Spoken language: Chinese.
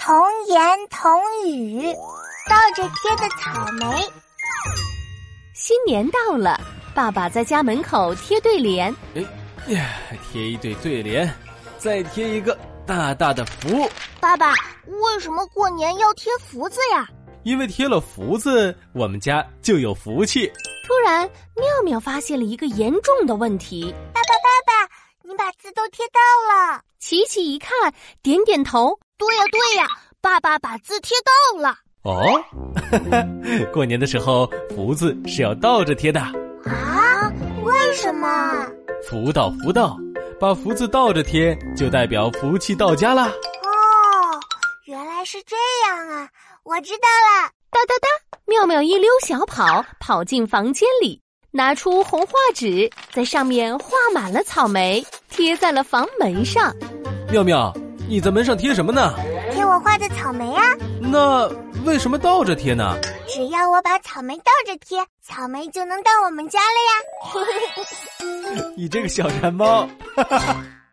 童言童语，倒着贴的草莓。 新年到了，爸爸在家门口贴对联。 贴一对对联，再贴一个大大的福。 爸爸，为什么过年要贴福字呀？ 因为贴了福字，我们家就有福气。 突然，妙妙发现了一个严重的问题。 爸爸，你把字都贴到了。 琪琪一看，点点头。 对呀，爸爸把字贴到了。 哦，过年的时候福字是要倒着贴的啊？为什么？ 福到，把福字倒着贴，就代表福气到家啦。 哦，原来是这样啊，我知道了。 哒哒哒，妙妙一溜小跑进房间里，拿出红画纸，在上面画满了草莓，贴在了房门上。 妙妙，你在门上贴什么呢？ 贴我画的草莓啊。 那为什么倒着贴呢？ 只要我把草莓倒着贴，草莓就能到我们家了呀。 你这个小馋猫。